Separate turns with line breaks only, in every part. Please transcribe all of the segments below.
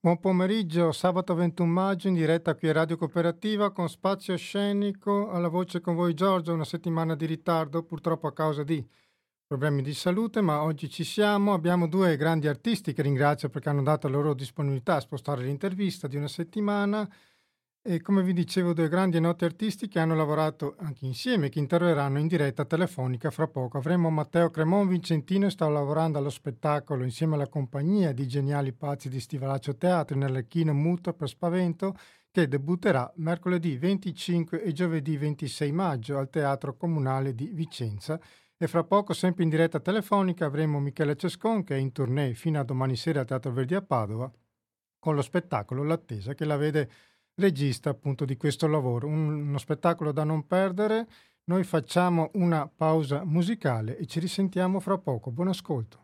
Buon pomeriggio, sabato 21 maggio in diretta qui a Radio Cooperativa con Spazio Scenico, alla voce con voi Giorgio, una settimana di ritardo purtroppo a causa di problemi di salute, ma oggi ci siamo, abbiamo due grandi artisti che ringrazio perché hanno dato la loro disponibilità a spostare l'intervista di una settimana e come vi dicevo due grandi e noti artisti che hanno lavorato anche insieme, che interverranno in diretta telefonica fra poco. Avremo Matteo Cremon Vicentino, sta lavorando allo spettacolo insieme alla compagnia di Geniali Pazzi di Stivalaccio Teatro nell'Archino Muto per Spavento, che debutterà mercoledì 25 e giovedì 26 maggio al Teatro Comunale di Vicenza. E fra poco, sempre in diretta telefonica, avremo Michele Cescon che è in tournée fino a domani sera al Teatro Verdi a Padova con lo spettacolo L'attesa che la vede regista appunto di questo lavoro, uno spettacolo da non perdere. Noi facciamo una pausa musicale e ci risentiamo fra poco. Buon ascolto.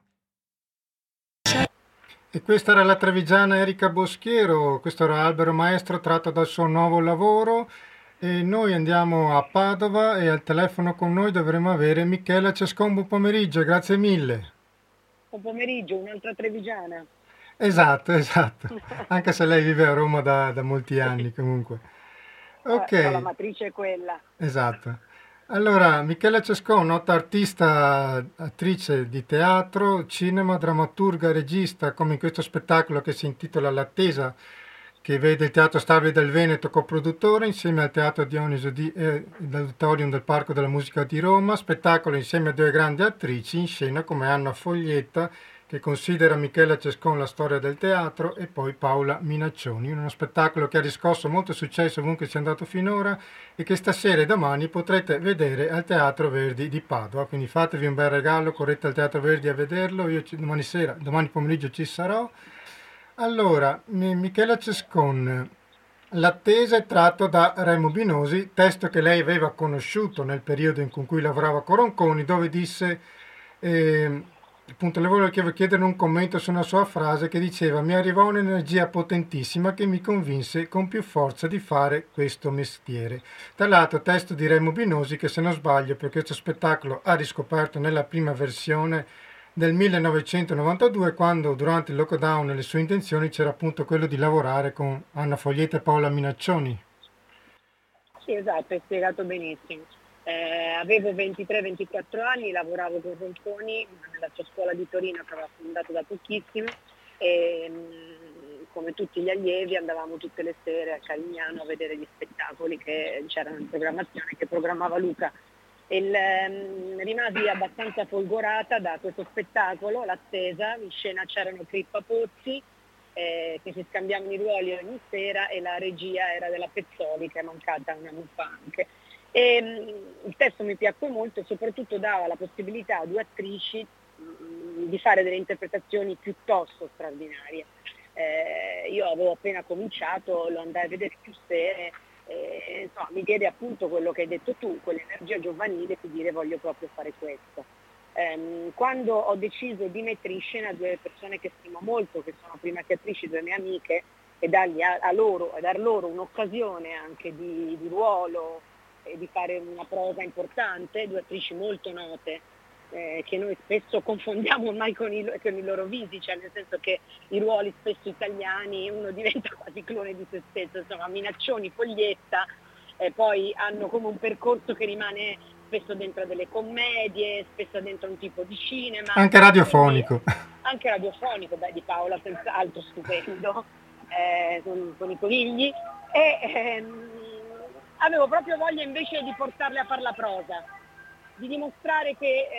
E questa era la trevigiana Erika Boschiero, questo era Albero Maestro tratto dal suo nuovo lavoro e noi andiamo a Padova e al telefono con noi dovremo avere Michela Cescon. Buon pomeriggio, grazie mille.
Buon pomeriggio, un'altra trevigiana.
Esatto, esatto, anche se lei vive a Roma da molti anni comunque.
Però la
Ok,
matrice è quella.
esatto. Allora, Michela Cescon, nota artista, attrice di teatro, cinema, drammaturga, regista, come in questo spettacolo che si intitola L'attesa, che vede il Teatro Stabile del Veneto coproduttore insieme al Teatro Dioniso e l'Auditorium del Parco della Musica di Roma, spettacolo insieme a due grandi attrici in scena come Anna Foglietta che considera Michela Cescon la storia del teatro e poi Paola Minaccioni, uno spettacolo che ha riscosso molto successo ovunque sia andato finora e che stasera e domani potrete vedere al Teatro Verdi di Padova, quindi fatevi un bel regalo, correte al Teatro Verdi a vederlo, io domani pomeriggio ci sarò. Allora, Michela Cescon, l'attesa è tratto da Remo Binosi, testo che lei aveva conosciuto nel periodo in cui lavorava con Ronconi, dove disse, eh, appunto, le volevo chiedere un commento su una sua frase che diceva: mi arrivò un'energia potentissima che mi convinse con più forza di fare questo mestiere. Tra l'altro, testo di Remo Binosi che, se non sbaglio, per questo spettacolo ha riscoperto nella prima versione del 1992, quando durante il lockdown le sue intenzioni c'era appunto quello di lavorare con Anna Foglietta e Paola Minaccioni.
Sì, esatto, hai spiegato benissimo. Avevo 23-24 anni, lavoravo con Ronconi nella sua scuola di Torino che aveva fondato da pochissimo e come tutti gli allievi andavamo tutte le sere a Carignano a vedere gli spettacoli che c'erano in programmazione, che programmava Luca. Rimasi abbastanza folgorata da questo spettacolo, L'attesa, in scena c'erano Crippa Pozzi, che si scambiavano i ruoli ogni sera e la regia era della Pezzoli che è mancata un anno fa anche. Il testo mi piacque molto e soprattutto dava la possibilità a due attrici di fare delle interpretazioni piuttosto straordinarie. Io avevo appena cominciato, lo andai a vedere più sere, insomma, mi diede appunto quello che hai detto tu, quell'energia giovanile di dire voglio proprio fare questo. Quando ho deciso di mettere in scena due persone che stimo molto, che sono prima che attrici, due mie amiche, e dargli a loro, e dar loro un'occasione anche di ruolo e di fare una prosa importante, due attrici molto note, che noi spesso confondiamo ormai con i loro visi, cioè nel senso che i ruoli spesso italiani uno diventa quasi clone di se stesso, insomma Minaccioni, Foglietta, poi hanno come un percorso che rimane spesso dentro delle commedie, spesso dentro un tipo di cinema,
Anche
quindi
radiofonico.
anche radiofonico, di Paola senz'altro stupendo, con i conigli, e avevo proprio voglia invece di portarle a far la prosa, di dimostrare che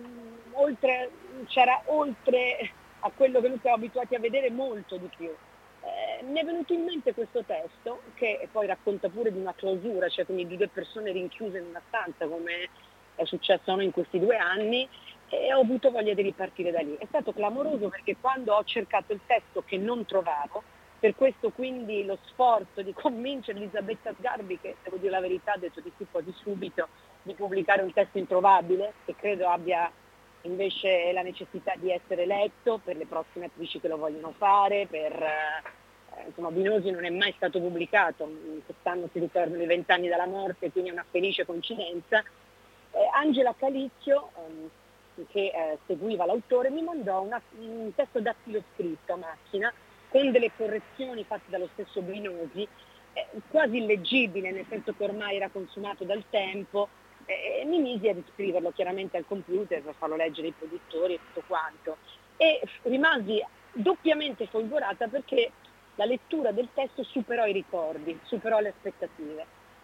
c'era oltre a quello che noi siamo abituati a vedere molto di più. Mi è venuto in mente questo testo che poi racconta pure di una clausura, cioè quindi di due persone rinchiuse in una stanza come è successo a noi in questi 2 anni, e ho avuto voglia di ripartire da lì. È stato clamoroso perché quando ho cercato il testo che non trovavo, per questo quindi lo sforzo di convincere Elisabetta Sgarbi, che devo dire la verità ha detto di sì quasi subito, di pubblicare un testo introvabile, che credo abbia invece la necessità di essere letto per le prossime attrici che lo vogliono fare, insomma Binosi non è mai stato pubblicato, quest'anno si ricordano i 20 anni dalla morte, quindi è una felice coincidenza. Angela Calizio, che seguiva l'autore, mi mandò un testo dattilo scritto a macchina con delle correzioni fatte dallo stesso Binosi, quasi illeggibile, nel senso che ormai era consumato dal tempo, e mi misi a riscriverlo chiaramente al computer per farlo leggere ai produttori e tutto quanto. E rimasi doppiamente folgorata perché la lettura del testo superò i ricordi, superò le aspettative.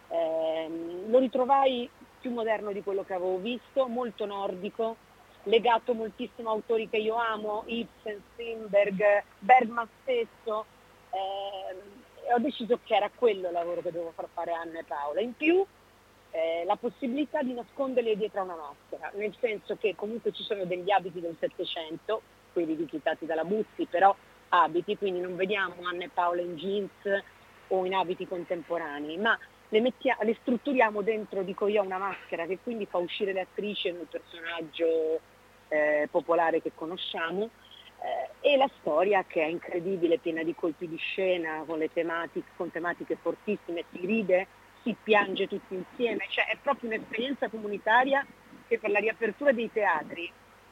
Lo ritrovai più moderno di quello che avevo visto, molto nordico, legato moltissimo a autori che io amo, Ibsen, Strindberg, Bergman stesso, e ho deciso che era quello il lavoro che dovevo far fare a Anna e Paola. In più la possibilità di nasconderli dietro a una maschera, nel senso che comunque ci sono degli abiti del Settecento, quelli rivisitati dalla Buzzi, però abiti, quindi non vediamo Anna e Paola in jeans o in abiti contemporanei, ma le strutturiamo dentro, dico io, a una maschera che quindi fa uscire le attrici nel personaggio popolare che conosciamo, e la storia, che è incredibile, piena di colpi di scena, con tematiche fortissime, si ride, si piange tutti insieme, cioè è proprio un'esperienza comunitaria che per la riapertura dei teatri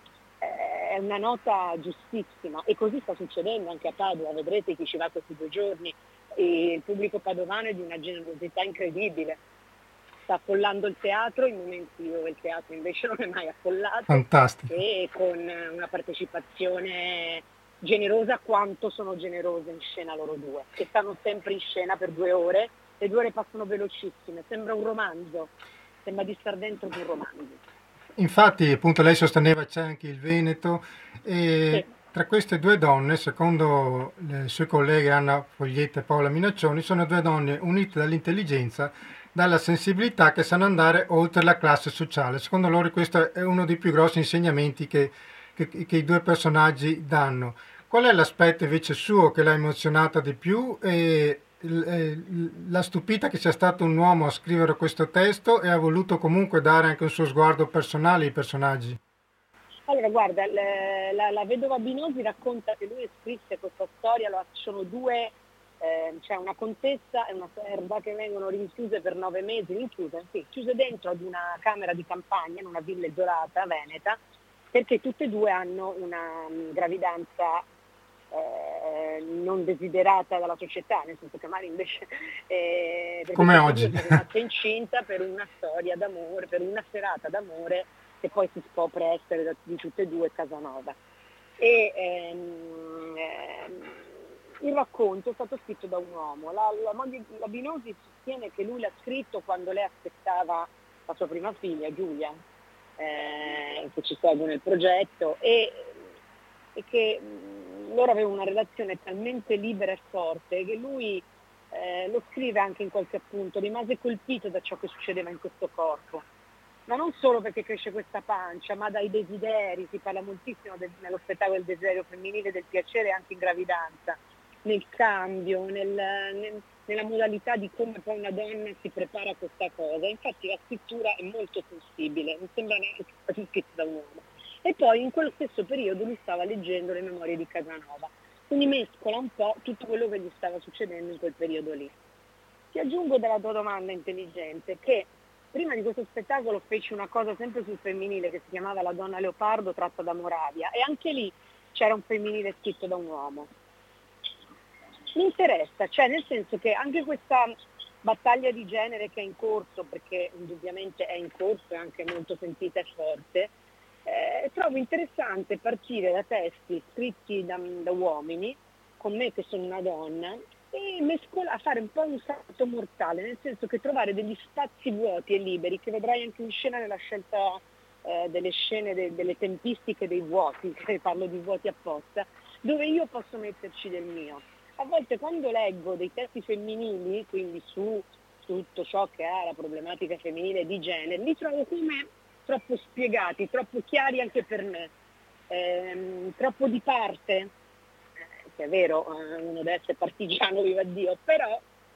è una nota giustissima, e così sta succedendo anche a Padova, vedrete chi ci va questi 2 giorni, e il pubblico padovano è di una generosità incredibile, sta affollando il teatro in momenti dove il teatro invece non è mai affollato.
Fantastico.
E con una partecipazione generosa quanto sono generose in scena loro due, che stanno sempre in scena per 2 ore, le 2 ore passano velocissime, sembra un romanzo, sembra di star dentro di un romanzo.
Infatti, appunto, lei sosteneva c'è anche il Veneto, e
Sì.
tra queste 2 donne, secondo le sue colleghe Anna Foglietta e Paola Minaccioni, sono 2 donne unite dall'intelligenza, dalla sensibilità, che sanno andare oltre la classe sociale. Secondo loro questo è uno dei più grossi insegnamenti che i 2 personaggi danno. Qual è l'aspetto invece suo che l'ha emozionata di più e l'ha stupita che sia stato un uomo a scrivere questo testo e ha voluto comunque dare anche un suo sguardo personale ai personaggi?
Allora, guarda, la vedova Binosi racconta che lui scrisse questa storia, sono 2, cioè una contessa e una serva che vengono rinchiuse per 9 mesi, chiuse dentro ad una camera di campagna in una villa isolata veneta, perché tutte e 2 hanno una gravidanza non desiderata dalla società, nel senso che magari invece perché
Come
tutte e 2
oggi.
sono rimaste incinta per una storia d'amore, per una serata d'amore che poi si scopre essere di tutte e 2 Casanova. E il racconto è stato scritto da un uomo. La Binosi sostiene che lui l'ha scritto quando lei aspettava la sua prima figlia, Giulia, che ci segue nel progetto, e che loro avevano una relazione talmente libera e forte che lui lo scrive anche in qualche appunto, rimase colpito da ciò che succedeva in questo corpo, ma non solo perché cresce questa pancia, ma dai desideri. Si parla moltissimo nello spettacolo del desiderio femminile, del piacere anche in gravidanza, nel cambio, nella modalità di come poi una donna si prepara a questa cosa. Infatti la scrittura è molto sensibile, non sembra neanche quasi scritta da un uomo. E poi in quello stesso periodo lui stava leggendo le memorie di Casanova, quindi mescola un po' tutto quello che gli stava succedendo in quel periodo lì. Ti aggiungo dalla tua domanda intelligente che prima di questo spettacolo feci una cosa sempre sul femminile che si chiamava La donna leopardo, tratta da Moravia, e anche lì c'era un femminile scritto da un uomo. Mi interessa, cioè nel senso che anche questa battaglia di genere che è in corso, perché indubbiamente è in corso, è anche molto sentita e forte, trovo interessante partire da testi scritti da uomini, con me che sono una donna, e fare un po' un salto mortale, nel senso che trovare degli spazi vuoti e liberi, che vedrai anche in scena nella scelta delle scene, delle tempistiche dei vuoti, che parlo di vuoti apposta, dove io posso metterci del mio. A volte quando leggo dei testi femminili, quindi su tutto ciò che ha la problematica femminile di genere, li trovo come troppo spiegati, troppo chiari anche per me, troppo di parte, che è vero, uno deve essere partigiano, viva Dio, però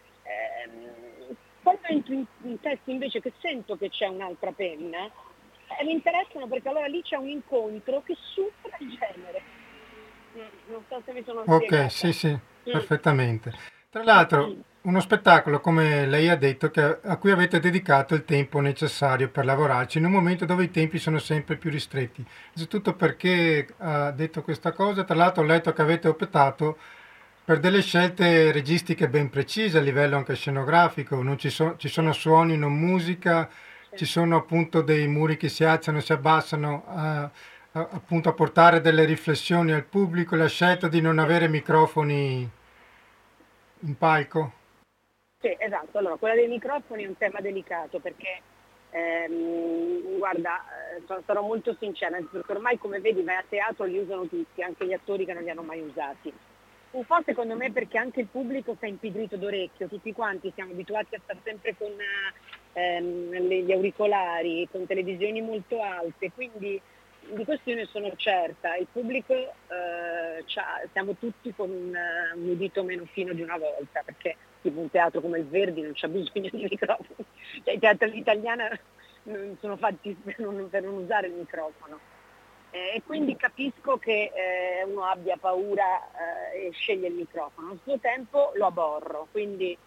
quando entro in testi invece che sento che c'è un'altra penna, mi interessano, perché allora lì c'è un incontro che supera il genere. Non so se mi sono spiegata.
Ok, sì, sì, perfettamente. Tra l'altro, uno spettacolo, come lei ha detto, a cui avete dedicato il tempo necessario per lavorarci, in un momento dove i tempi sono sempre più ristretti. Innanzitutto perché ha detto questa cosa, tra l'altro ho letto che avete optato per delle scelte registiche ben precise a livello anche scenografico, non ci
Sì,
sono suoni, non musica,
sì.
ci sono appunto dei muri che si alzano e si abbassano appunto a portare delle riflessioni al pubblico, la scelta di non
Sì.
avere microfoni in palco.
Sì, esatto. Allora, quella dei microfoni è un tema delicato perché, guarda, sarò molto sincera, perché ormai come vedi vai a teatro li usano tutti, anche gli attori che non li hanno mai usati. Un po' secondo me perché anche il pubblico si è impigrito d'orecchio, tutti quanti siamo abituati a stare sempre con gli auricolari, con televisioni molto alte, quindi di questo io ne sono certa, il pubblico siamo tutti con un udito meno fino di una volta, perché tipo un teatro come il Verdi non c'ha bisogno di microfono, cioè i teatri italiani non sono fatti per non usare il microfono. E quindi capisco che uno abbia paura e sceglie il microfono. Al suo tempo lo aborro, quindi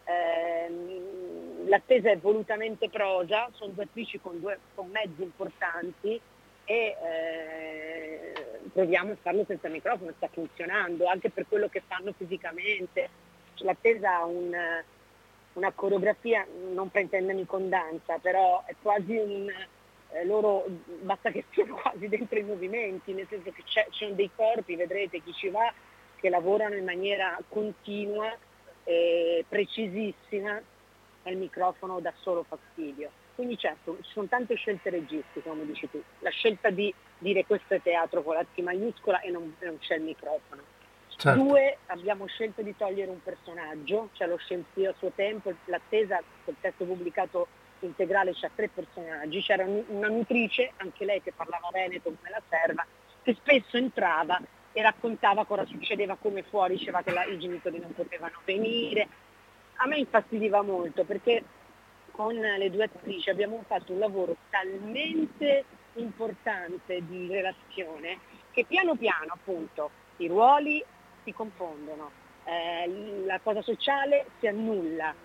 l'attesa è volutamente prosa, sono due attrici con mezzi importanti e proviamo a farlo senza microfono, sta funzionando, anche per quello che fanno fisicamente. L'attesa ha una coreografia, non per intendermi con danza, però è quasi loro basta che siano quasi dentro i movimenti, nel senso che ci sono dei corpi, vedrete chi ci va, che lavorano in maniera continua e precisissima, e il microfono dà solo fastidio. Quindi certo, ci sono tante scelte registiche, come dici tu, la scelta di dire questo è teatro con la T maiuscola e non c'è il microfono.
Certo.
Due, abbiamo scelto di togliere un personaggio, cioè lo scelto io a suo tempo, l'attesa col testo pubblicato integrale c'ha 3 personaggi, c'era una nutrice, anche lei che parlava veneto come la serva, che spesso entrava e raccontava cosa succedeva come fuori, diceva che i genitori non potevano venire. A me infastidiva molto perché con le due attrici abbiamo fatto un lavoro talmente importante di relazione che piano piano appunto i ruoli si confondono, la cosa sociale si annulla,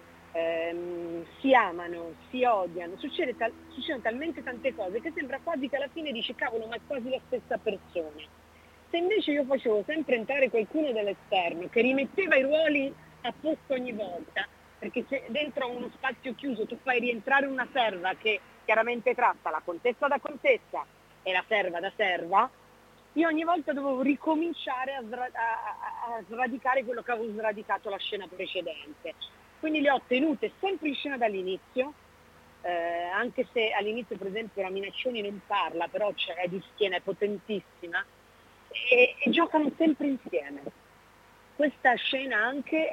si amano, si odiano, succedono talmente tante cose che sembra quasi che alla fine dici cavolo ma è quasi la stessa persona. Se invece io facevo sempre entrare qualcuno dall'esterno che rimetteva i ruoli a posto ogni volta, perché se dentro uno spazio chiuso tu fai rientrare una serva che chiaramente tratta la contessa da contessa e la serva da serva, io ogni volta dovevo ricominciare a sradicare quello che avevo sradicato la scena precedente. Quindi le ho tenute sempre in scena dall'inizio, anche se all'inizio per esempio la Minaccioni non parla, però c'è di schiena, è potentissima, e giocano sempre insieme. Questa scena anche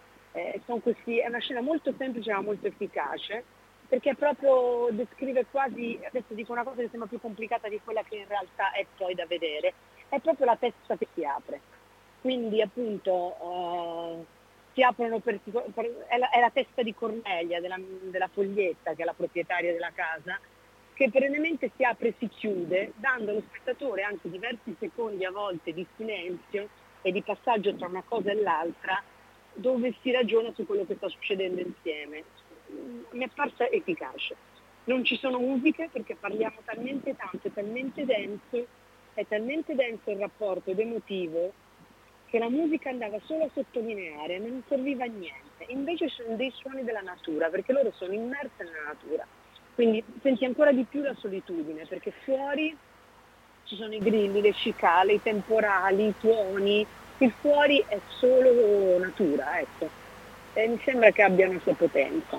è una scena molto semplice ma molto efficace, perché proprio descrive quasi, adesso dico una cosa che sembra più complicata di quella che in realtà è poi da vedere, è proprio la testa che si apre. Quindi appunto si aprono è la testa di Cornelia, della Foglietta, che è la proprietaria della casa, che perennemente si apre e si chiude, dando allo spettatore anche diversi secondi a volte di silenzio e di passaggio tra una cosa e l'altra, dove si ragiona su quello che sta succedendo insieme. Mi è parsa efficace. Non ci sono musiche perché parliamo talmente tanto, è talmente denso il rapporto ed emotivo che la musica andava solo a sottolineare, non serviva a niente. Invece ci sono dei suoni della natura, perché loro sono immerse nella natura. Quindi senti ancora di più la solitudine, perché fuori ci sono i grilli, le cicale, i temporali, i tuoni. Il fuori è solo natura, ecco. E mi sembra che abbia una sua potenza.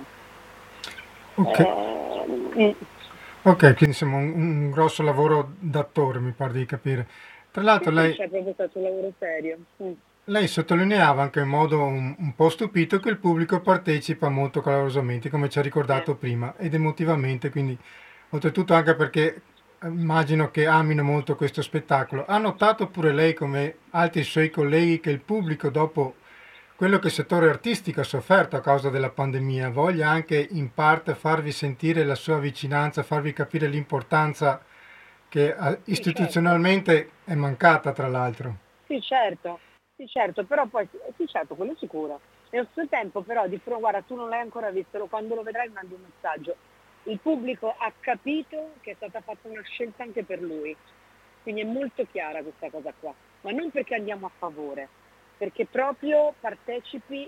Ok,
Mm.
ok, quindi insomma un grosso lavoro d'attore, mi pare di capire. Tra
Sì,
l'altro
sì,
lei,
c'è proprio stato un lavoro serio. Mm.
lei sottolineava anche in modo un po' stupito che il pubblico partecipa molto calorosamente, come ci ha
Eh,
ricordato prima, ed emotivamente, quindi oltretutto anche perché immagino che amino molto questo spettacolo. Ha notato pure lei, come altri suoi colleghi, che il pubblico, dopo quello che il settore artistico ha sofferto a causa della pandemia, voglia anche in parte farvi sentire la sua vicinanza, farvi capire l'importanza che
sì, certo.
istituzionalmente è mancata, tra l'altro.
Sì, certo, però poi, sì, certo, quello sicuro. Nello stesso tempo, però, guarda, tu non l'hai ancora visto, quando lo vedrai mandi un messaggio. Il pubblico ha capito che è stata fatta una scelta anche per lui, quindi è molto chiara questa cosa qua, ma non perché andiamo a favore, perché proprio partecipi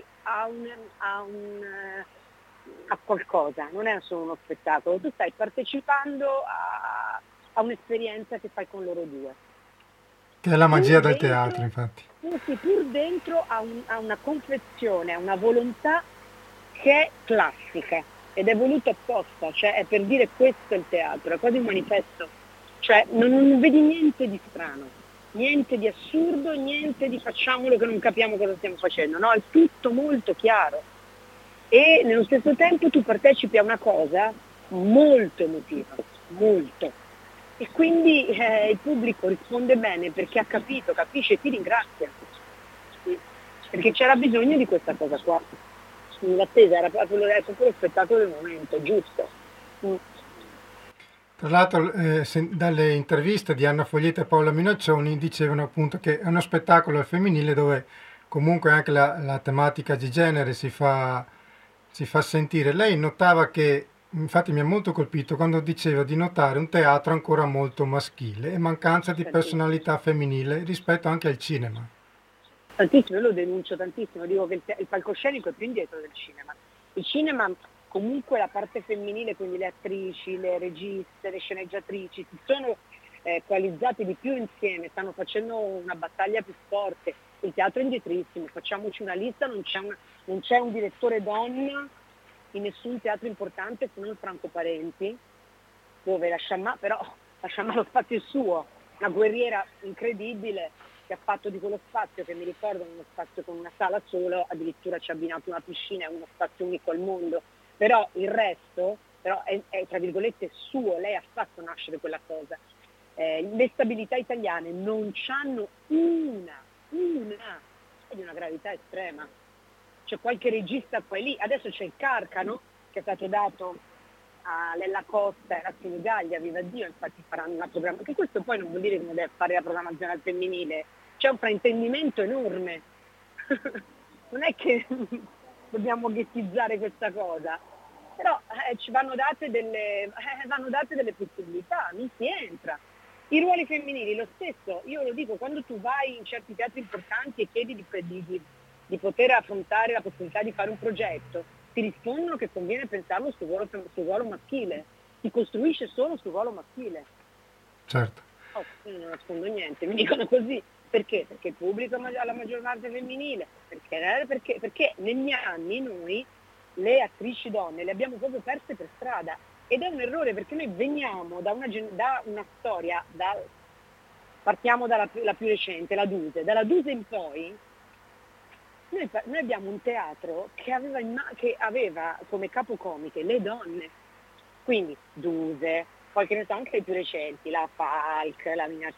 a qualcosa, non è solo uno spettacolo, tu stai partecipando a un'esperienza che fai con loro due.
Che è la magia
Pur
del teatro,
dentro,
infatti.
pur dentro a una confezione, a una volontà che è classica ed è voluto apposta, cioè è per dire questo è il teatro, è quasi un manifesto, cioè non vedi niente di strano, niente di assurdo, niente di facciamolo che non capiamo cosa stiamo facendo, no, è tutto molto chiaro e nello stesso tempo tu partecipi a una cosa molto emotiva, molto, e quindi il pubblico risponde bene perché ha capito, capisce e ti ringrazia, sì, perché c'era bisogno di questa cosa qua. L'attesa era proprio lo spettacolo del momento, giusto. Mm.
Tra l'altro, dalle interviste di Anna Foglietta e Paola Minaccioni dicevano appunto che è uno spettacolo al femminile dove comunque anche la tematica di genere si fa sentire. Lei notava che, infatti mi ha molto colpito quando diceva di notare un teatro ancora molto maschile e mancanza di
Tantissimo.
personalità femminile rispetto anche al cinema.
Tantissimo, io lo denuncio tantissimo, dico che il palcoscenico è più indietro del cinema. Il cinema comunque la parte femminile, quindi le attrici, le registe, le sceneggiatrici, si sono coalizzate di più insieme, stanno facendo una battaglia più forte. Il teatro è indietrissimo, facciamoci una lista, non c'è un direttore donna in nessun teatro importante se non Franco Parenti, dove però la Sciamà lo spazio è suo, una guerriera incredibile che ha fatto di quello spazio, che mi ricordo uno spazio con una sala solo, addirittura ci ha abbinato una piscina, è uno spazio unico al mondo, però il resto però è tra virgolette suo, lei ha fatto nascere quella cosa. Le stabilità italiane non c'hanno una, è di una gravità estrema. C'è qualche regista poi lì, adesso c'è il Carcano che è stato dato a Lella Costa e a Sinigaglia, viva Dio, infatti faranno una programmazione, che questo poi non vuol dire che non deve fare la programmazione al femminile, c'è un fraintendimento enorme, non è che dobbiamo ghettizzare questa cosa, però ci vanno date delle possibilità, non si entra. I ruoli femminili, lo stesso, io lo dico, quando tu vai in certi teatri importanti e chiedi di poter affrontare la possibilità di fare un progetto, ti rispondono che conviene pensarlo sul ruolo maschile, si costruisce solo sul ruolo maschile.
Certo.
Oh, io non nascondo niente, mi dicono così. Perché? Perché il pubblico ha la maggior parte femminile, perché negli anni noi le attrici donne le abbiamo proprio perse per strada ed è un errore perché noi veniamo da una storia, partiamo dalla la più recente, la Duse, dalla Duse in poi noi abbiamo un teatro che aveva come capocomiche le donne, quindi Duse, poi che ne so, anche le più recenti, la Falk,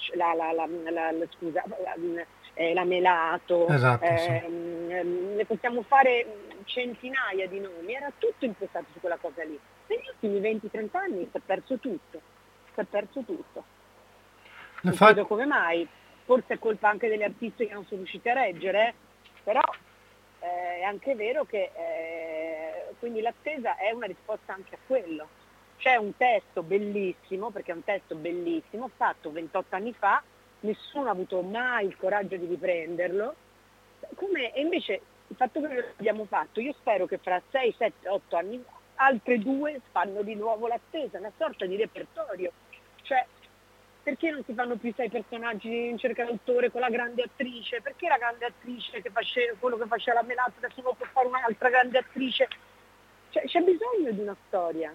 la Melato,
Esatto, sì.
ne possiamo fare centinaia di nomi, era tutto impostato su quella cosa lì. Negli ultimi 20-30 anni si è perso tutto, si è perso tutto.
Le
Non
fa-
chiedo come mai, forse è colpa anche delle artiste che non sono riuscite a reggere, però è anche vero che quindi l'attesa è una risposta anche a quello. C'è un testo bellissimo, perché è un testo bellissimo, fatto 28 anni fa, nessuno ha avuto mai il coraggio di riprenderlo, e invece il fatto che lo abbiamo fatto, io spero che fra 6, 7, 8 anni altre due fanno di nuovo l'attesa, una sorta di repertorio. Cioè, perché non si fanno più 6 personaggi in cerca d'autore con la grande attrice? Perché la grande attrice che faceva quello che faceva la Melato adesso non può fare un'altra grande attrice? Cioè, c'è bisogno di una storia.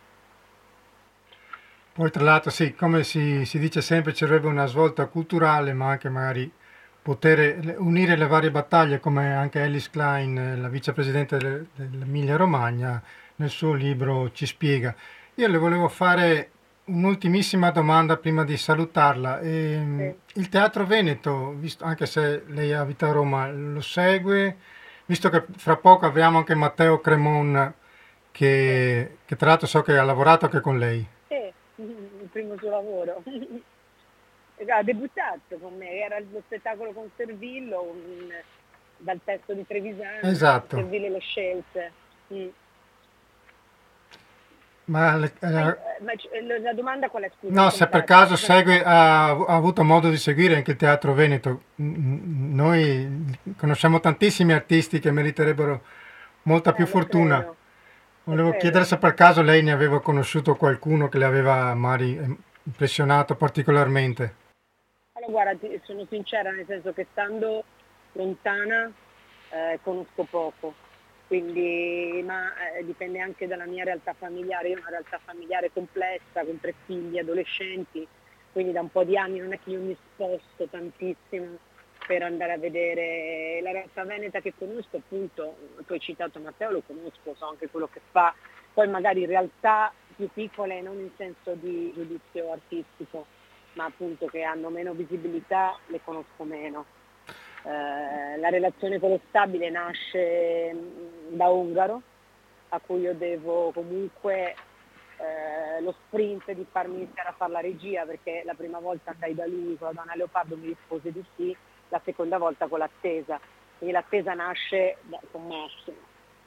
Poi tra l'altro sì, come si dice sempre, ci sarebbe una svolta culturale, ma anche magari poter unire le varie battaglie, come anche Alice Klein, la vicepresidente dell'Emilia Romagna, nel suo libro ci spiega. Io le volevo fare un'ultimissima domanda prima di salutarla.
Sì.
Il Teatro Veneto, anche se lei abita a Roma, lo segue, visto che fra poco avremo anche Matteo Cremon,
Sì.
che tra l'altro so che ha lavorato anche con lei.
Il primo suo lavoro. Ha debuttato con me, era lo spettacolo con Servillo, dal testo di Trevisan,
Esatto.
Servillo lo scelse. Mm.
Ma
La domanda qual è, scusa,
no, se per caso ha avuto modo di seguire anche il Teatro Veneto. Noi conosciamo tantissimi artisti che meriterebbero molta più
Lo
fortuna.
credo, lo
Volevo chiedere
credo.
se per caso lei ne aveva conosciuto qualcuno che le aveva magari impressionato particolarmente.
Allora, guarda, sono sincera, nel senso che stando lontana conosco poco, quindi, ma dipende anche dalla mia realtà familiare. Io ho una realtà familiare complessa, con 3 figli adolescenti, quindi da un po' di anni non è che io mi sposto tantissimo per andare a vedere la realtà veneta che conosco, appunto, tu hai citato Matteo, lo conosco, so anche quello che fa, poi magari realtà più piccole, non in senso di giudizio artistico, ma appunto che hanno meno visibilità, le conosco meno. La relazione con lo Stabile nasce da Ungaro, a cui io devo comunque lo sprint di farmi iniziare a fare la regia, perché la prima volta andai da lui con la Donna Leopardo, mi rispose di sì, la seconda volta con l'Attesa, quindi l'Attesa nasce con Massimo.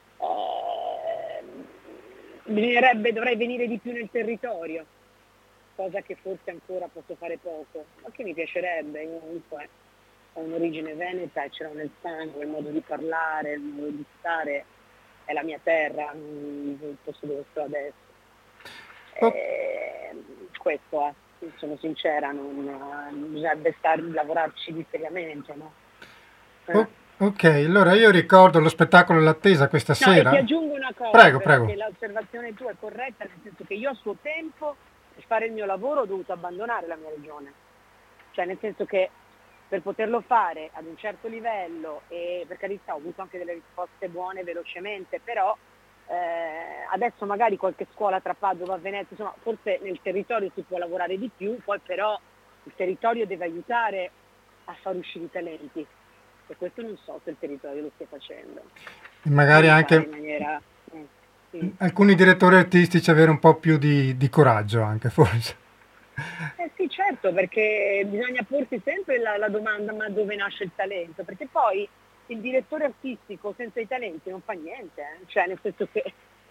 Dovrei venire di più nel territorio, cosa che forse ancora posso fare poco, ma che mi piacerebbe. Io comunque ho un'origine veneta e ce l'ho nel sangue, il modo di parlare, il modo di stare, è la mia terra, il posto dove sto adesso.
Oh,
Questo è, sono sincera, non bisognerebbe lavorarci di seriamente, no?
ok, allora io ricordo lo spettacolo L'Attesa questa
No, e ti
sera.
aggiungo una cosa,
Prego,
però,
prego.
che l'osservazione tua è corretta, nel senso che io a suo tempo, per fare il mio lavoro, ho dovuto abbandonare la mia regione. Cioè, nel senso che per poterlo fare ad un certo livello, e per carità ho avuto anche delle risposte buone velocemente, però adesso magari qualche scuola tra Padova, Venezia, insomma, forse nel territorio si può lavorare di più, poi però il territorio deve aiutare a far uscire i talenti, e questo non so se il territorio lo stia facendo.
E magari
Aiutare
anche
in maniera... sì.
alcuni direttori artistici avere un po' più di coraggio anche, forse.
Sì, certo, perché bisogna porsi sempre la domanda: ma dove nasce il talento? Perché poi il direttore artistico senza i talenti non fa niente, cioè nel senso che...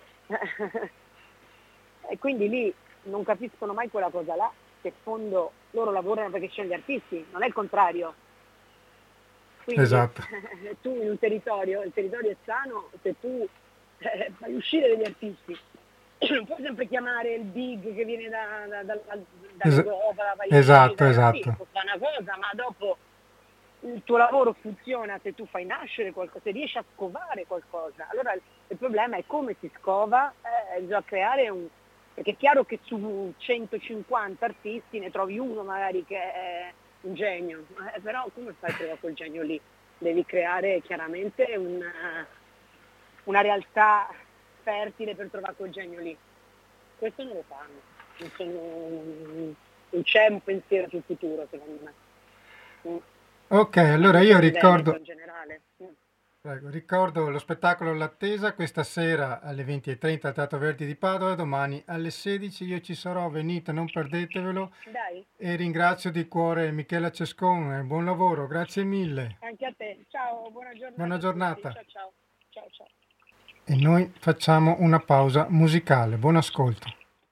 e quindi lì non capiscono mai quella cosa là, che in fondo loro lavorano perché ci sono gli artisti, non è il contrario. Quindi
Esatto.
tu in un territorio, il territorio è sano se tu fai uscire degli artisti. Non puoi sempre chiamare il big che viene dall'Europa, da Parigi,
Esatto,
sì,
esatto.
può fare una cosa, ma dopo il tuo lavoro funziona se tu fai nascere qualcosa, se riesci a scovare qualcosa. Allora il problema è come si scova, bisogna creare perché è chiaro che su 150 artisti ne trovi uno magari che è un genio, però come fai a trovare quel genio lì? Devi creare chiaramente una realtà fertile per trovare quel genio lì. Questo non lo fanno, non c'è un pensiero sul futuro, secondo me.
Ok, allora
Anche
io
per il Veneto
ricordo,
in generale.
prego, ricordo lo spettacolo L'Attesa questa sera alle 20:30 al Teatro Verdi di Padova e domani alle 16 io ci sarò, venite, non perdetevelo
Dai,
e ringrazio di cuore Michela Cescon, buon lavoro, grazie mille,
anche a te. Ciao, buona
buona
giornata a tutti.
giornata
Ciao ciao. Ciao ciao.
e noi facciamo una pausa musicale, buon ascolto.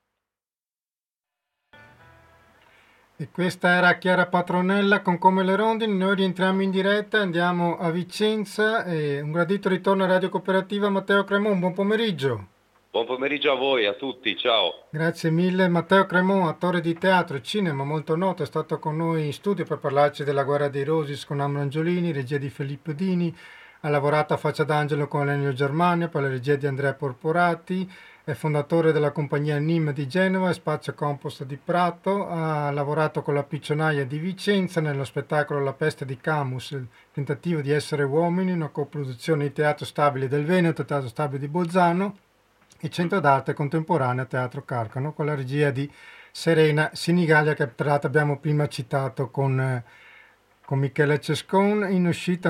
E questa era Chiara Patronella con Come le rondini, noi rientriamo in diretta, andiamo a Vicenza e un gradito ritorno a Radio Cooperativa Matteo Cremon, buon pomeriggio.
Buon pomeriggio a voi, a tutti, ciao.
Grazie mille, Matteo Cremon, attore di teatro e cinema molto noto, è stato con noi in studio per parlarci della Guerra dei Roses con Amro Angiolini, regia di Filippo Dini, ha lavorato a Faccia d'Angelo con Ennio Germania per la regia di Andrea Porporati, è fondatore della compagnia NIM di Genova e Spazio Compost di Prato, ha lavorato con la Piccionaia di Vicenza nello spettacolo La peste di Camus, il tentativo di essere uomini, una coproduzione di Teatro Stabile del Veneto, Teatro Stabile di Bolzano e Centro d'Arte Contemporanea Teatro Carcano con la regia di Serena Sinigalia che tra l'altro abbiamo prima citato con Michele Cescon. È in uscita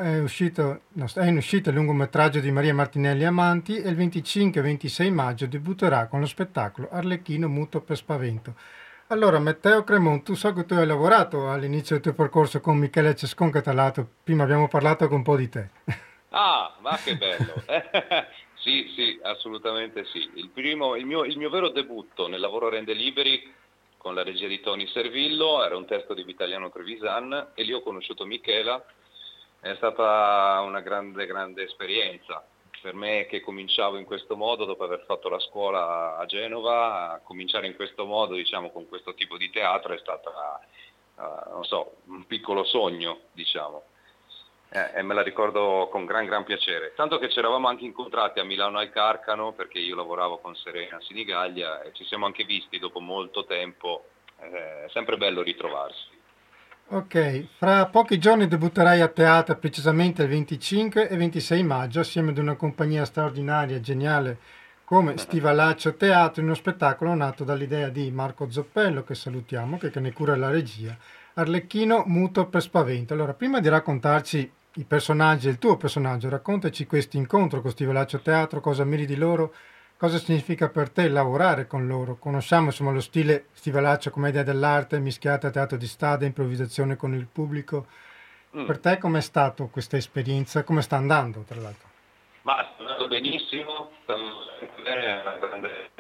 il lungometraggio di Maria Martinelli Amanti e il 25-26 maggio debutterà con lo spettacolo Arlecchino muto per spavento. Allora, Matteo Cremon, tu so che tu hai lavorato all'inizio del tuo percorso con Michele Cescon, che tra l'altro prima abbiamo parlato con un po' di te.
Ah, ma che bello. Sì, sì, assolutamente sì. Il mio vero debutto nel lavoro Rende Liberi con la regia di Tony Servillo era un testo di Vitaliano Trevisan e lì ho conosciuto Michela. È stata una grande, grande esperienza. Per me che cominciavo in questo modo, dopo aver fatto la scuola a Genova, a cominciare in questo modo, diciamo, con questo tipo di teatro è stata, non so, un piccolo sogno, diciamo. E me la ricordo con gran gran piacere, tanto che ci eravamo anche incontrati a Milano al Carcano perché io lavoravo con Serena Sinigaglia e ci siamo anche visti dopo molto tempo, è sempre bello ritrovarsi.
Ok, fra pochi giorni debutterai a teatro, precisamente il 25 e 26 maggio, assieme ad una compagnia straordinaria, geniale come Stivalaccio Teatro, in uno spettacolo nato dall'idea di Marco Zoppello, che salutiamo, che ne cura la regia, Arlecchino muto per spavento. Allora, prima di raccontarci i personaggi e il tuo personaggio, raccontaci questo incontro con Stivalaccio Teatro, cosa ammiri di loro, cosa significa per te lavorare con loro. Conosciamo insomma lo stile Stivalaccio, commedia dell'arte, mischiata a teatro di strada, improvvisazione con il pubblico.
Mm.
Per te com'è stata questa esperienza? Come sta andando, tra l'altro?
Ma sta andando benissimo, sta andando bene, è una grande...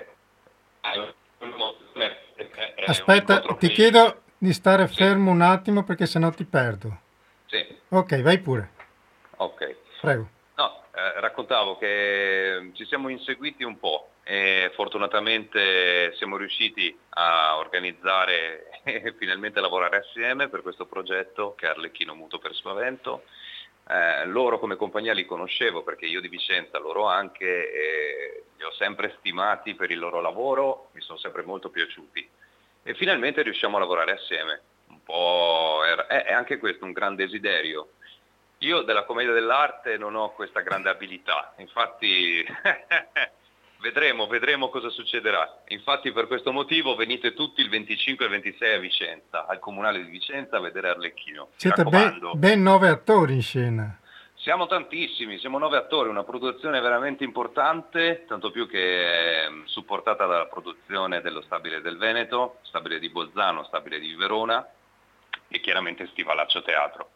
è un
Aspetta,
incontro
ti
felice.
chiedo di stare
Sì,
fermo un attimo perché sennò ti perdo.
sì,
Ok, vai pure,
ok.
prego.
No, raccontavo che ci siamo inseguiti un po' e fortunatamente siamo riusciti a organizzare e finalmente lavorare assieme per questo progetto che è Arlecchino Muto per Spavento. Loro come compagnia li conoscevo perché io di Vicenza, loro anche, e li ho sempre stimati per il loro lavoro, mi sono sempre molto piaciuti e finalmente riusciamo a lavorare assieme. Un po' è anche questo un gran desiderio. Io della commedia dell'arte non ho questa grande abilità, infatti vedremo cosa succederà. Infatti per questo motivo venite tutti il 25 e 26 a Vicenza, al Comunale di Vicenza a vedere Arlecchino, mi
Siete ben,
raccomando.
ben 9 attori in scena.
Siamo tantissimi, siamo 9 attori, una produzione veramente importante, tanto più che è supportata dalla produzione dello Stabile del Veneto, Stabile di Bolzano, Stabile di Verona e chiaramente Stivalaccio Teatro.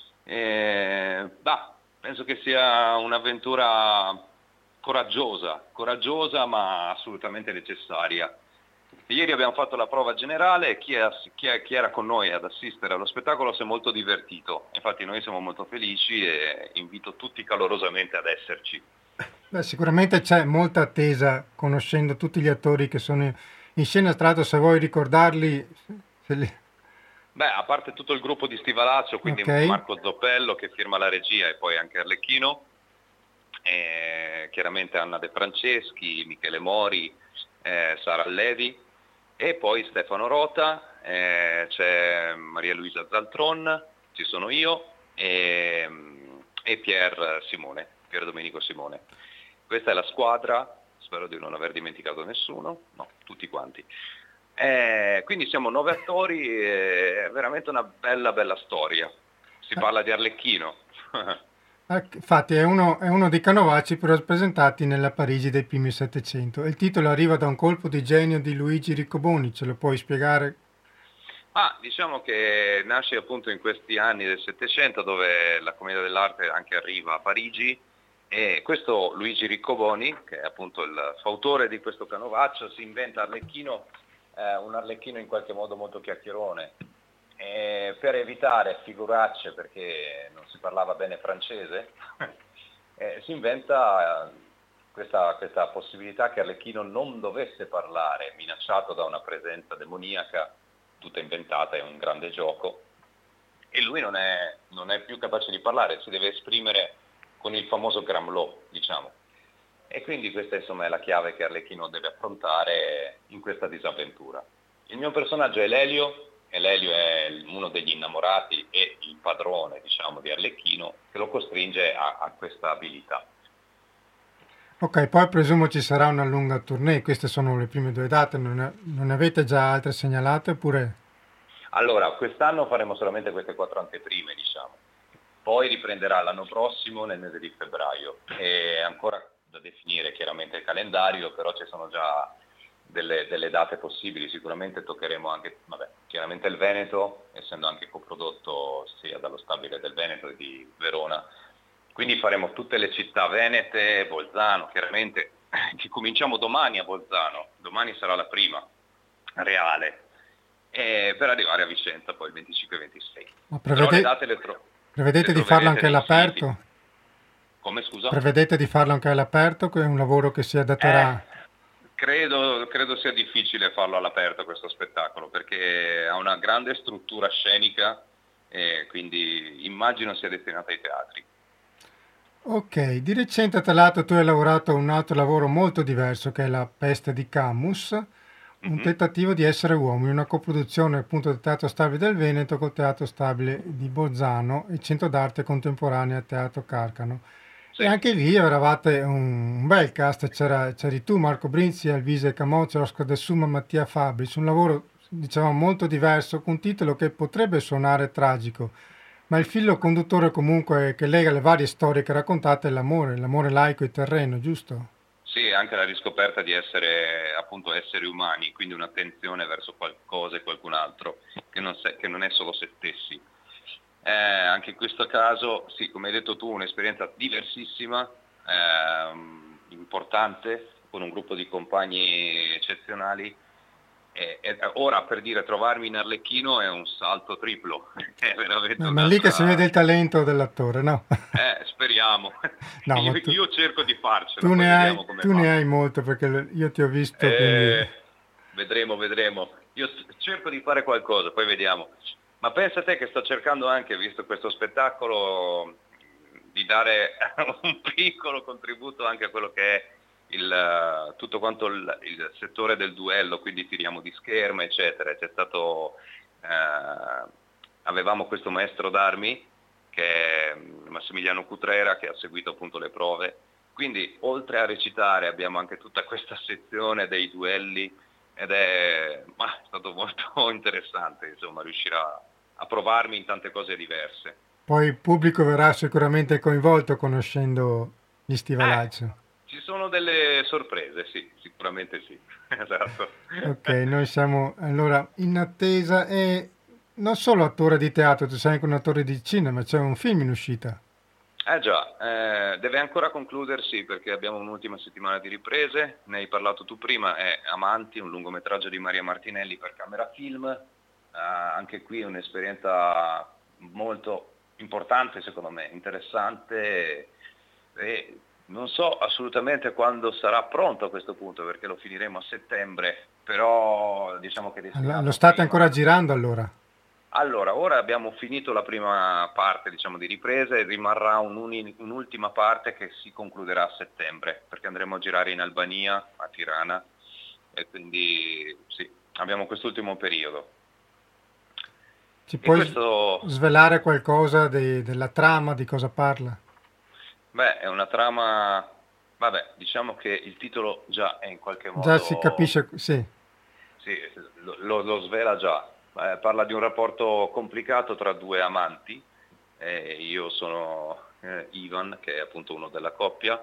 Penso che sia un'avventura coraggiosa ma assolutamente necessaria. Ieri abbiamo fatto la prova generale e chi era con noi ad assistere allo spettacolo si è molto divertito, infatti noi siamo molto felici e invito tutti calorosamente ad esserci.
Beh, sicuramente c'è molta attesa conoscendo tutti gli attori che sono in scena. Tra l'altro, se vuoi ricordarli,
Beh, a parte tutto il gruppo di Stivalaccio, quindi
ok.
Marco Zoppello che firma la regia e poi anche Arlecchino, chiaramente Anna De Franceschi, Michele Mori, Sara Allevi e poi Stefano Rota, c'è Maria Luisa Zaltron, ci sono io e Pier Domenico Simone. Questa è la squadra, spero di non aver dimenticato nessuno, no, tutti quanti. Quindi siamo 9 attori, è veramente una bella bella storia. Si parla di Arlecchino.
Infatti è uno dei canovacci più rappresentati nella Parigi dei primi Settecento. Il titolo arriva da un colpo di genio di Luigi Riccoboni, ce lo puoi spiegare?
Diciamo che nasce appunto in questi anni del Settecento dove la commedia dell'arte anche arriva a Parigi e questo Luigi Riccoboni, che è appunto il fautore di questo canovaccio, si inventa Arlecchino, un Arlecchino in qualche modo molto chiacchierone, e per evitare figuracce perché non si parlava bene francese, si inventa questa possibilità che Arlecchino non dovesse parlare, minacciato da una presenza demoniaca tutta inventata, è un grande gioco, e lui non è più capace di parlare, si deve esprimere con il famoso Gramlò, diciamo. E quindi questa insomma è la chiave che Arlecchino deve affrontare in questa disavventura. Il mio personaggio è Lelio, e Lelio è uno degli innamorati e il padrone, diciamo, di Arlecchino, che lo costringe a questa abilità.
Ok, poi presumo ci sarà una lunga tournée, queste sono le prime due date, non ne avete già altre segnalate oppure...
Allora, quest'anno faremo solamente queste 4 anteprime, diciamo. Poi riprenderà l'anno prossimo nel mese di febbraio. È ancora da definire chiaramente il calendario, però ci sono già delle date possibili. Sicuramente toccheremo anche, chiaramente il Veneto, essendo anche coprodotto sia dallo Stabile del Veneto e di Verona, Quindi faremo tutte le città venete, Bolzano, chiaramente, che cominciamo domani a Bolzano, domani sarà la prima reale, e per arrivare a Vicenza poi il 25 e 26.
Ma
Però le date
prevedete
le
di farlo
troverete
anche
nei siti.
all'aperto?
Come, scusa?
Prevedete di farlo anche all'aperto, che è un lavoro che si adatterà?
Credo sia difficile farlo all'aperto questo spettacolo, perché ha una grande struttura scenica e quindi immagino sia destinato ai teatri.
Ok, di recente tra l'altro tu hai lavorato a un altro lavoro molto diverso che è La peste di Camus, un
Mhm.
tentativo di essere uomini, una coproduzione appunto del Teatro Stabile del Veneto col Teatro Stabile di Bolzano e Centro d'Arte Contemporanea Teatro Carcano. E
Sì.
anche lì eravate un bel cast, c'eri tu, Marco Brinzi, Alvise Camozzo, Oscar De Summa, Mattia Fabris, un lavoro diciamo molto diverso, con un titolo che potrebbe suonare tragico, ma il filo conduttore comunque che lega le varie storie che raccontate è l'amore laico e terreno, giusto?
Sì, anche la riscoperta di essere appunto esseri umani, quindi un'attenzione verso qualcosa e qualcun altro, che non è solo se stessi. Anche in questo caso, sì, come hai detto tu, un'esperienza diversissima, importante, con un gruppo di compagni eccezionali. E ora per dire trovarmi in Arlecchino è un salto triplo, è veramente
Ma è lì che si vede
un'altra.
il talento dell'attore, no?
Speriamo.
No, ma
Io cerco di farcela, poi vediamo come
tu ne
va.
hai molto perché io ti ho visto, quindi...
Eh, vedremo. Io cerco di fare qualcosa, poi vediamo. Ma pensa te che sto cercando anche, visto questo spettacolo, di dare un piccolo contributo anche a quello che è tutto quanto il settore del duello, quindi tiriamo di scherma, eccetera. Avevamo questo maestro d'armi che è Massimiliano Cutrera, che ha seguito appunto le prove. Quindi oltre a recitare abbiamo anche tutta questa sezione dei duelli ed è stato molto interessante, insomma, riuscire a provarmi in tante cose diverse.
Poi il pubblico verrà sicuramente coinvolto conoscendo gli
Eh,
Stivalaccio.
Ci sono delle sorprese, sì, sicuramente sì, esatto.
Ok, noi siamo allora in attesa e non solo attore di teatro, tu sei anche un attore di cinema, c'è un film in uscita.
Eh già, deve ancora concludersi perché abbiamo un'ultima settimana di riprese, ne hai parlato tu prima, è Amanti, un lungometraggio di Maria Martinelli per Camera Film. Anche qui è un'esperienza molto importante secondo me, interessante e non so assolutamente quando sarà pronto a questo punto perché lo finiremo a settembre, però diciamo che è
Lo
destinato
state
prima.
ancora girando allora?
Allora, ora abbiamo finito la prima parte, diciamo, di riprese e rimarrà un'ultima parte che si concluderà a settembre, perché andremo a girare in Albania, a Tirana, e quindi sì, abbiamo quest'ultimo periodo.
Ci
E
puoi
questo,
svelare qualcosa della trama, di cosa parla?
è una trama, vabbè, diciamo che il titolo già è in qualche
Già si
modo,
capisce, sì.
sì, lo svela già. Parla di un rapporto complicato tra due amanti. Io sono Ivan, che è appunto uno della coppia,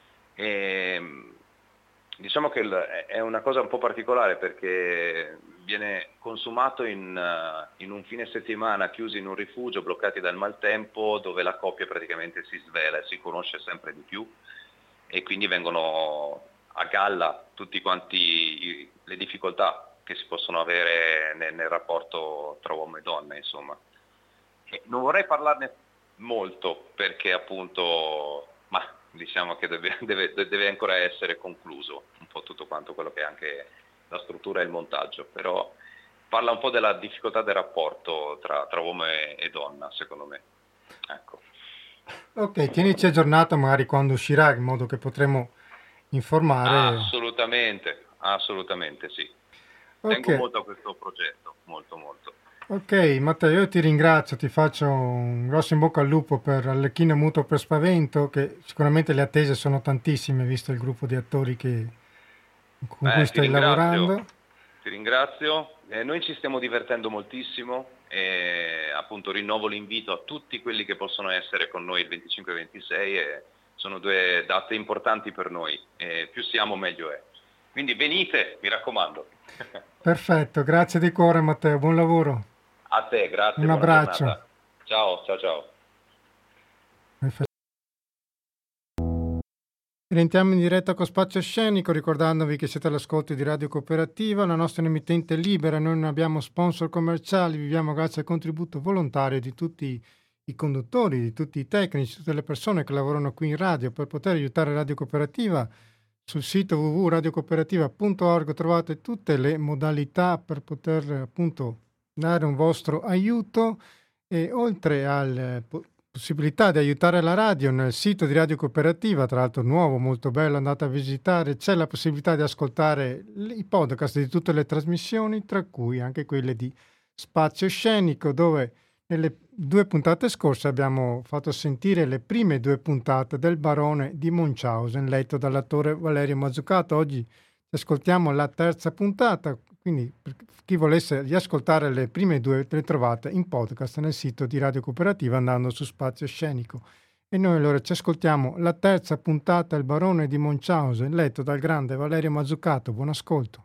e diciamo che è una cosa un po' particolare perché viene consumato in un fine settimana chiusi in un rifugio, bloccati dal maltempo, dove la coppia praticamente si svela e si conosce sempre di più e quindi vengono a galla tutti quanti le difficoltà che si possono avere nel rapporto tra uomo e donna, insomma. E non vorrei parlarne molto perché appunto, ma diciamo che deve ancora essere concluso un po' tutto quanto quello che è anche la struttura e il montaggio, però parla un po' della difficoltà del rapporto tra uomo e donna, secondo me. Ecco.
Ok, tienici aggiornato magari quando uscirà, in modo che potremo informare.
Assolutamente sì.
Ok,
Tengo molto a questo progetto, molto molto.
ok, Matteo, io ti ringrazio, ti faccio un grosso in bocca al lupo per Arlecchino Muto per Spavento, che sicuramente le attese sono tantissime, visto il gruppo di attori con cui
Ti
stai lavorando.
ringrazio. Noi ci stiamo divertendo moltissimo e appunto rinnovo l'invito a tutti quelli che possono essere con noi il 25 e 26 e sono due date importanti per noi e più siamo meglio è. Quindi venite, mi raccomando.
Perfetto, grazie di cuore Matteo, buon lavoro.
A te, grazie,
Un
buona
abbraccio.
giornata. Ciao, ciao, ciao.
Noi Rientriamo in diretta con Spazio Scenico, ricordandovi che siete all'ascolto di Radio Cooperativa, la nostra emittente libera, noi non abbiamo sponsor commerciali, viviamo grazie al contributo volontario di tutti i conduttori, di tutti i tecnici, tutte le persone che lavorano qui in radio. Per poter aiutare Radio Cooperativa, sul sito www.radiocooperativa.org trovate tutte le modalità per poter appunto dare un vostro aiuto, e oltre al possibilità di aiutare la radio, nel sito di Radio Cooperativa, tra l'altro nuovo, molto bello, andate a visitare, c'è la possibilità di ascoltare i podcast di tutte le trasmissioni, tra cui anche quelle di Spazio Scenico, dove nelle 2 puntate scorse abbiamo fatto sentire le prime 2 puntate del Barone di Munchausen, letto dall'attore Valerio Mazzucato. Oggi ascoltiamo la 3ª puntata, quindi per chi volesse riascoltare le prime 2 le trovate in podcast nel sito di Radio Cooperativa andando su Spazio Scenico. E noi allora ci ascoltiamo la 3ª puntata, Il Barone di Munchausen, letto dal grande Valerio Mazzucato. Buon ascolto.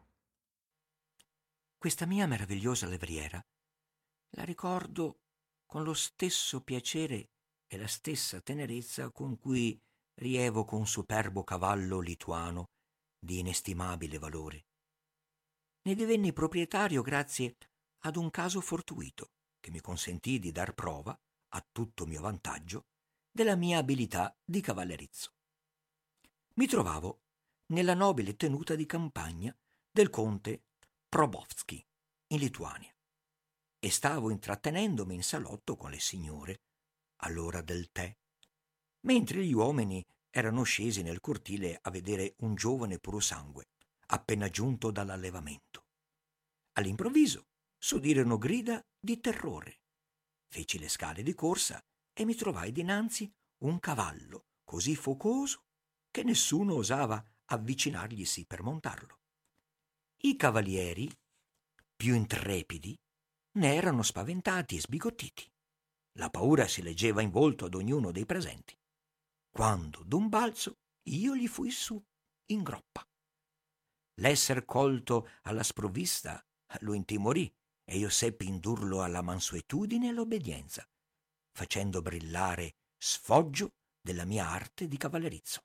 Questa mia meravigliosa levriera la ricordo con lo stesso piacere e la stessa tenerezza con cui rievoco un superbo cavallo lituano di inestimabile valore. Ne divenni proprietario grazie ad un caso fortuito che mi consentì di dar prova, a tutto mio vantaggio, della mia abilità di cavallerizzo. Mi trovavo nella nobile tenuta di campagna del conte Probovski in Lituania e stavo intrattenendomi in salotto con le signore all'ora del tè, mentre gli uomini erano scesi nel cortile a vedere un giovane purosangue appena giunto dall'allevamento. All'improvviso s'udirono grida di terrore. Feci le scale di corsa e mi trovai dinanzi un cavallo così focoso che nessuno osava avvicinarglisi per montarlo. I cavalieri, più intrepidi, ne erano spaventati e sbigottiti. La paura si leggeva in volto ad ognuno dei presenti, quando d'un balzo io gli fui su in groppa. L'esser colto alla sprovvista lo intimorì e io seppi indurlo alla mansuetudine e all'obbedienza, facendo brillare sfoggio della mia arte di cavallerizzo.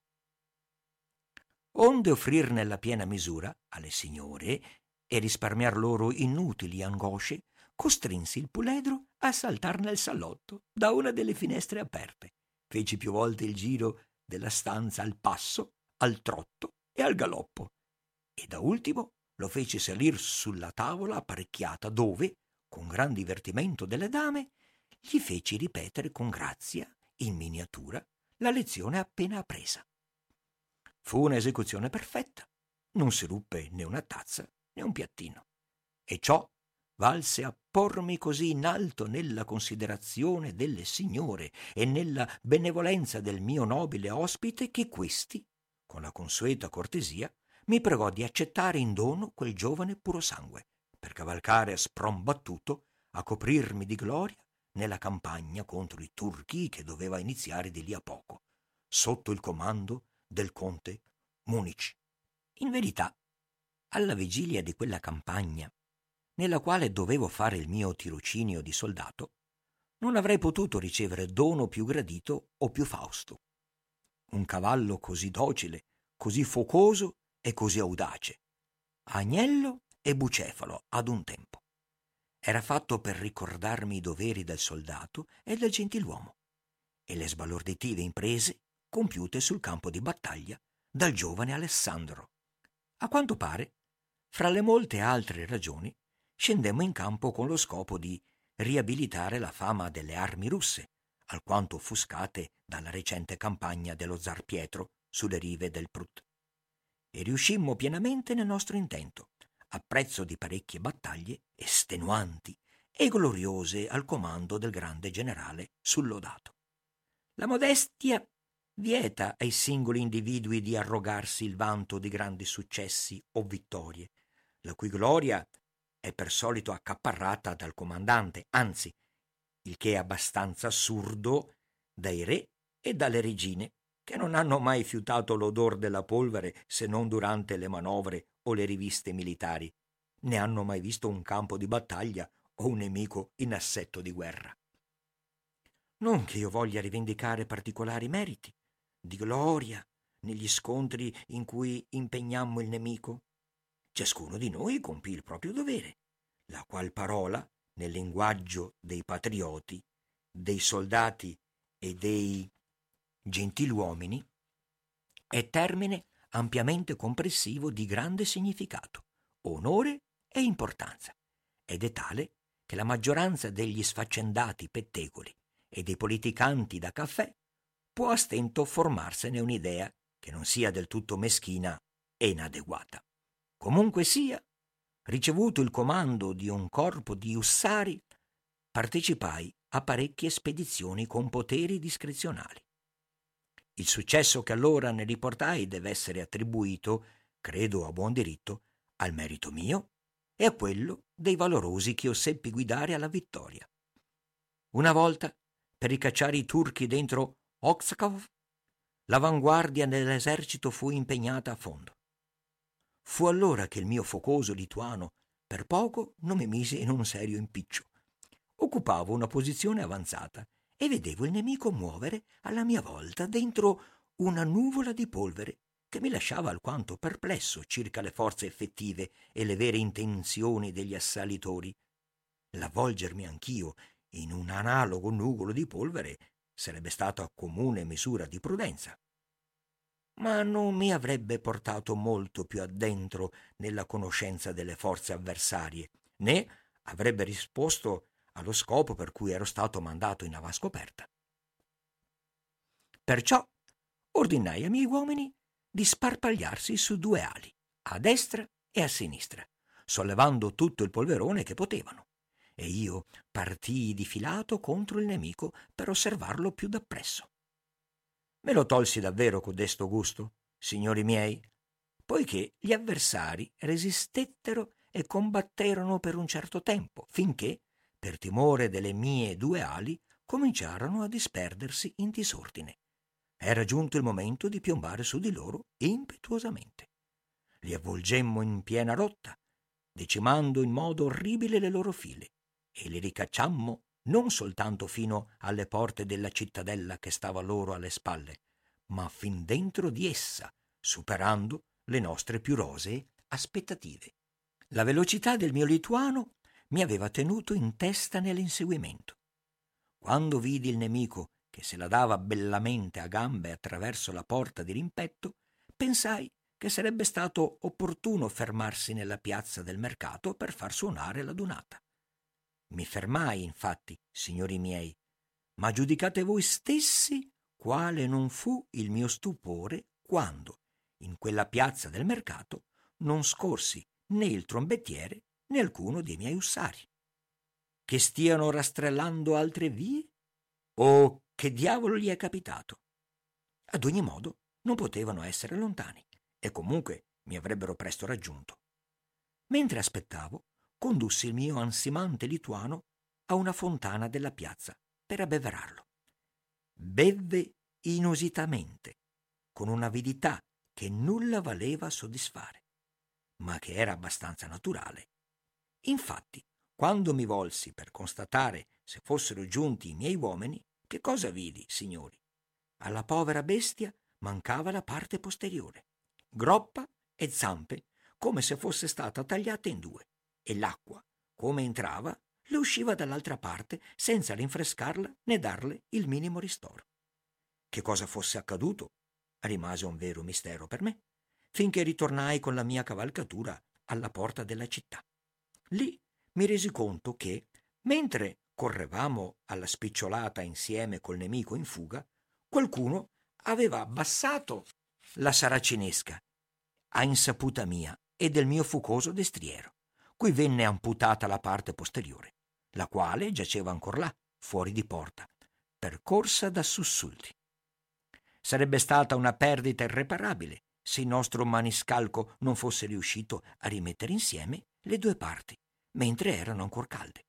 Onde offrir nella piena misura alle signore e risparmiar loro inutili angosce, costrinsi il puledro a saltar nel salotto da una delle finestre aperte. Feci più volte il giro della stanza al passo, al trotto e al galoppo, e da ultimo lo feci salir sulla tavola apparecchiata dove, con gran divertimento delle dame, gli feci ripetere con grazia, in miniatura, la lezione appena appresa. Fu un'esecuzione perfetta, non si ruppe né una tazza né un piattino, e ciò valse a pormi così in alto nella considerazione delle signore e nella benevolenza del mio nobile ospite che questi, con la consueta cortesia, mi pregò di accettare in dono quel giovane purosangue per cavalcare a sprombattuto a coprirmi di gloria nella campagna contro i turchi che doveva iniziare di lì a poco, sotto il comando del conte Munic. In verità, alla vigilia di quella campagna, nella quale dovevo fare il mio tirocinio di soldato, non avrei potuto ricevere dono più gradito o più fausto. Un cavallo così docile, così focoso e così audace, agnello e bucefalo ad un tempo. Era fatto per ricordarmi i doveri del soldato e del gentiluomo e le sbalorditive imprese compiute sul campo di battaglia dal giovane Alessandro. A quanto pare, fra le molte altre ragioni, scendemmo in campo con lo scopo di riabilitare la fama delle armi russe, alquanto offuscate dalla recente campagna dello zar Pietro sulle rive del Prut. E riuscimmo pienamente nel nostro intento, a prezzo di parecchie battaglie estenuanti e gloriose al comando del grande generale Sullodato. La modestia vieta ai singoli individui di arrogarsi il vanto di grandi successi o vittorie, la cui gloria è per solito accaparrata dal comandante, anzi, il che è abbastanza assurdo, dai re e dalle regine, che non hanno mai fiutato l'odor della polvere se non durante le manovre o le riviste militari, né hanno mai visto un campo di battaglia o un nemico in assetto di guerra. Non che io voglia rivendicare particolari meriti, di gloria, negli scontri in cui impegnammo il nemico? Ciascuno di noi compì il proprio dovere, la qual parola, nel linguaggio dei patrioti, dei soldati e dei gentiluomini, è termine ampiamente comprensivo di grande significato, onore e importanza, ed è tale che la maggioranza degli sfaccendati pettegoli e dei politicanti da caffè può a stento formarsene un'idea che non sia del tutto meschina e inadeguata. Comunque sia, ricevuto il comando di un corpo di ussari, partecipai a parecchie spedizioni con poteri discrezionali. Il successo che allora ne riportai deve essere attribuito, credo a buon diritto, al merito mio e a quello dei valorosi che io seppi guidare alla vittoria. Una volta, per ricacciare i turchi dentro Oxakov, l'avanguardia dell'esercito fu impegnata a fondo. Fu allora che il mio focoso lituano per poco non mi mise in un serio impiccio. Occupavo una posizione avanzata e vedevo il nemico muovere alla mia volta dentro una nuvola di polvere che mi lasciava alquanto perplesso circa le forze effettive e le vere intenzioni degli assalitori. L'avvolgermi anch'io in un analogo nugolo di polvere sarebbe stato a comune misura di prudenza, ma non mi avrebbe portato molto più addentro nella conoscenza delle forze avversarie, né avrebbe risposto allo scopo per cui ero stato mandato in avanscoperta. Perciò ordinai ai miei uomini di sparpagliarsi su due ali, a destra e a sinistra, sollevando tutto il polverone che potevano, e io partii di filato contro il nemico per osservarlo più dappresso. Me lo tolsi davvero codesto gusto, signori miei, poiché gli avversari resistettero e combatterono per un certo tempo, finché, per timore delle mie due ali, cominciarono a disperdersi in disordine. Era giunto il momento di piombare su di loro impetuosamente. Li avvolgemmo in piena rotta, decimando in modo orribile le loro file, e li ricacciammo non soltanto fino alle porte della cittadella che stava loro alle spalle, ma fin dentro di essa, superando le nostre più rosee aspettative. La velocità del mio lituano mi aveva tenuto in testa nell'inseguimento. Quando vidi il nemico che se la dava bellamente a gambe attraverso la porta di rimpetto, pensai che sarebbe stato opportuno fermarsi nella piazza del mercato per far suonare la dunata. Mi fermai, infatti, signori miei, ma giudicate voi stessi quale non fu il mio stupore quando, in quella piazza del mercato, non scorsi né il trombettiere né alcuno dei miei ussari. Che stiano rastrellando altre vie? O che diavolo gli è capitato? Ad ogni modo, non potevano essere lontani e comunque mi avrebbero presto raggiunto. Mentre aspettavo, condussi il mio ansimante lituano a una fontana della piazza per abbeverarlo. Bevve inusitamente, con un'avidità che nulla valeva a soddisfare, ma che era abbastanza naturale. Infatti, quando mi volsi per constatare se fossero giunti i miei uomini, che cosa vidi, signori? Alla povera bestia mancava la parte posteriore, groppa e zampe, come se fosse stata tagliata in due, e l'acqua, come entrava, le usciva dall'altra parte senza rinfrescarla né darle il minimo ristoro. Che cosa fosse accaduto rimase un vero mistero per me, finché ritornai con la mia cavalcatura alla porta della città. Lì mi resi conto che, mentre correvamo alla spicciolata insieme col nemico in fuga, qualcuno aveva abbassato la saracinesca a insaputa mia e del mio fucoso destriero, cui venne amputata la parte posteriore, la quale giaceva ancor là, fuori di porta, percorsa da sussulti. Sarebbe stata una perdita irreparabile se il nostro maniscalco non fosse riuscito a rimettere insieme le due parti, mentre erano ancor calde.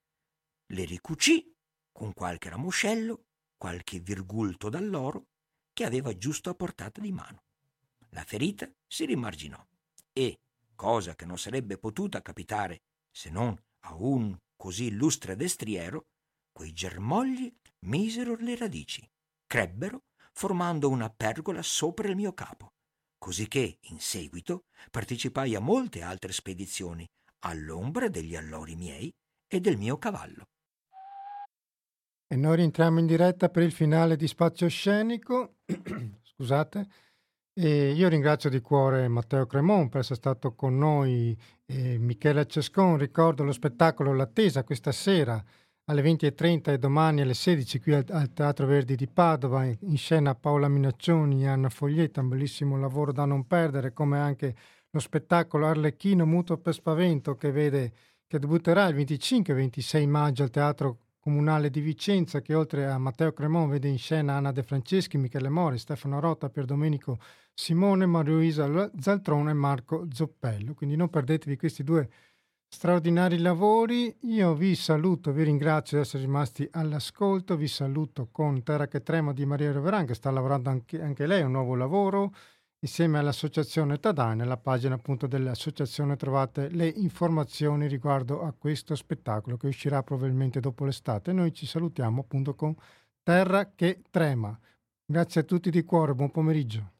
Le ricucì con qualche ramoscello, qualche virgulto dall'oro che aveva giusto a portata di mano. La ferita si rimarginò e, cosa che non sarebbe potuta capitare se non a un così illustre destriero, quei germogli misero le radici, crebbero, formando una pergola sopra il mio capo, cosicché in seguito partecipai a molte altre spedizioni all'ombra degli allori miei e del mio cavallo.
E noi rientriamo in diretta per il finale di Spazio Scenico. Scusate. E io ringrazio di cuore Matteo Cremon per essere stato con noi, e Michele Cescon. Ricordo lo spettacolo L'Attesa questa sera alle 20:30 e domani alle 16 qui al Teatro Verdi di Padova, in scena Paola Minaccioni e Anna Foglietta, un bellissimo lavoro da non perdere, come anche lo spettacolo Arlecchino muto per spavento che debutterà il 25 e 26 maggio al Teatro Comunale di Vicenza, che oltre a Matteo Cremon vede in scena Anna De Franceschi, Michele Mori, Stefano Rota, Pierdomenico Simone, Maria Luisa Zaltrone e Marco Zoppello. Quindi non perdetevi questi due straordinari lavori. Io vi saluto, vi ringrazio di essere rimasti all'ascolto, vi saluto con Terra che trema di Maria Roveran, che sta lavorando anche lei un nuovo lavoro insieme all'associazione Tadà. Nella pagina appunto dell'associazione trovate le informazioni riguardo a questo spettacolo che uscirà probabilmente dopo l'estate. Noi ci salutiamo appunto con Terra che trema. Grazie a tutti di cuore, buon pomeriggio.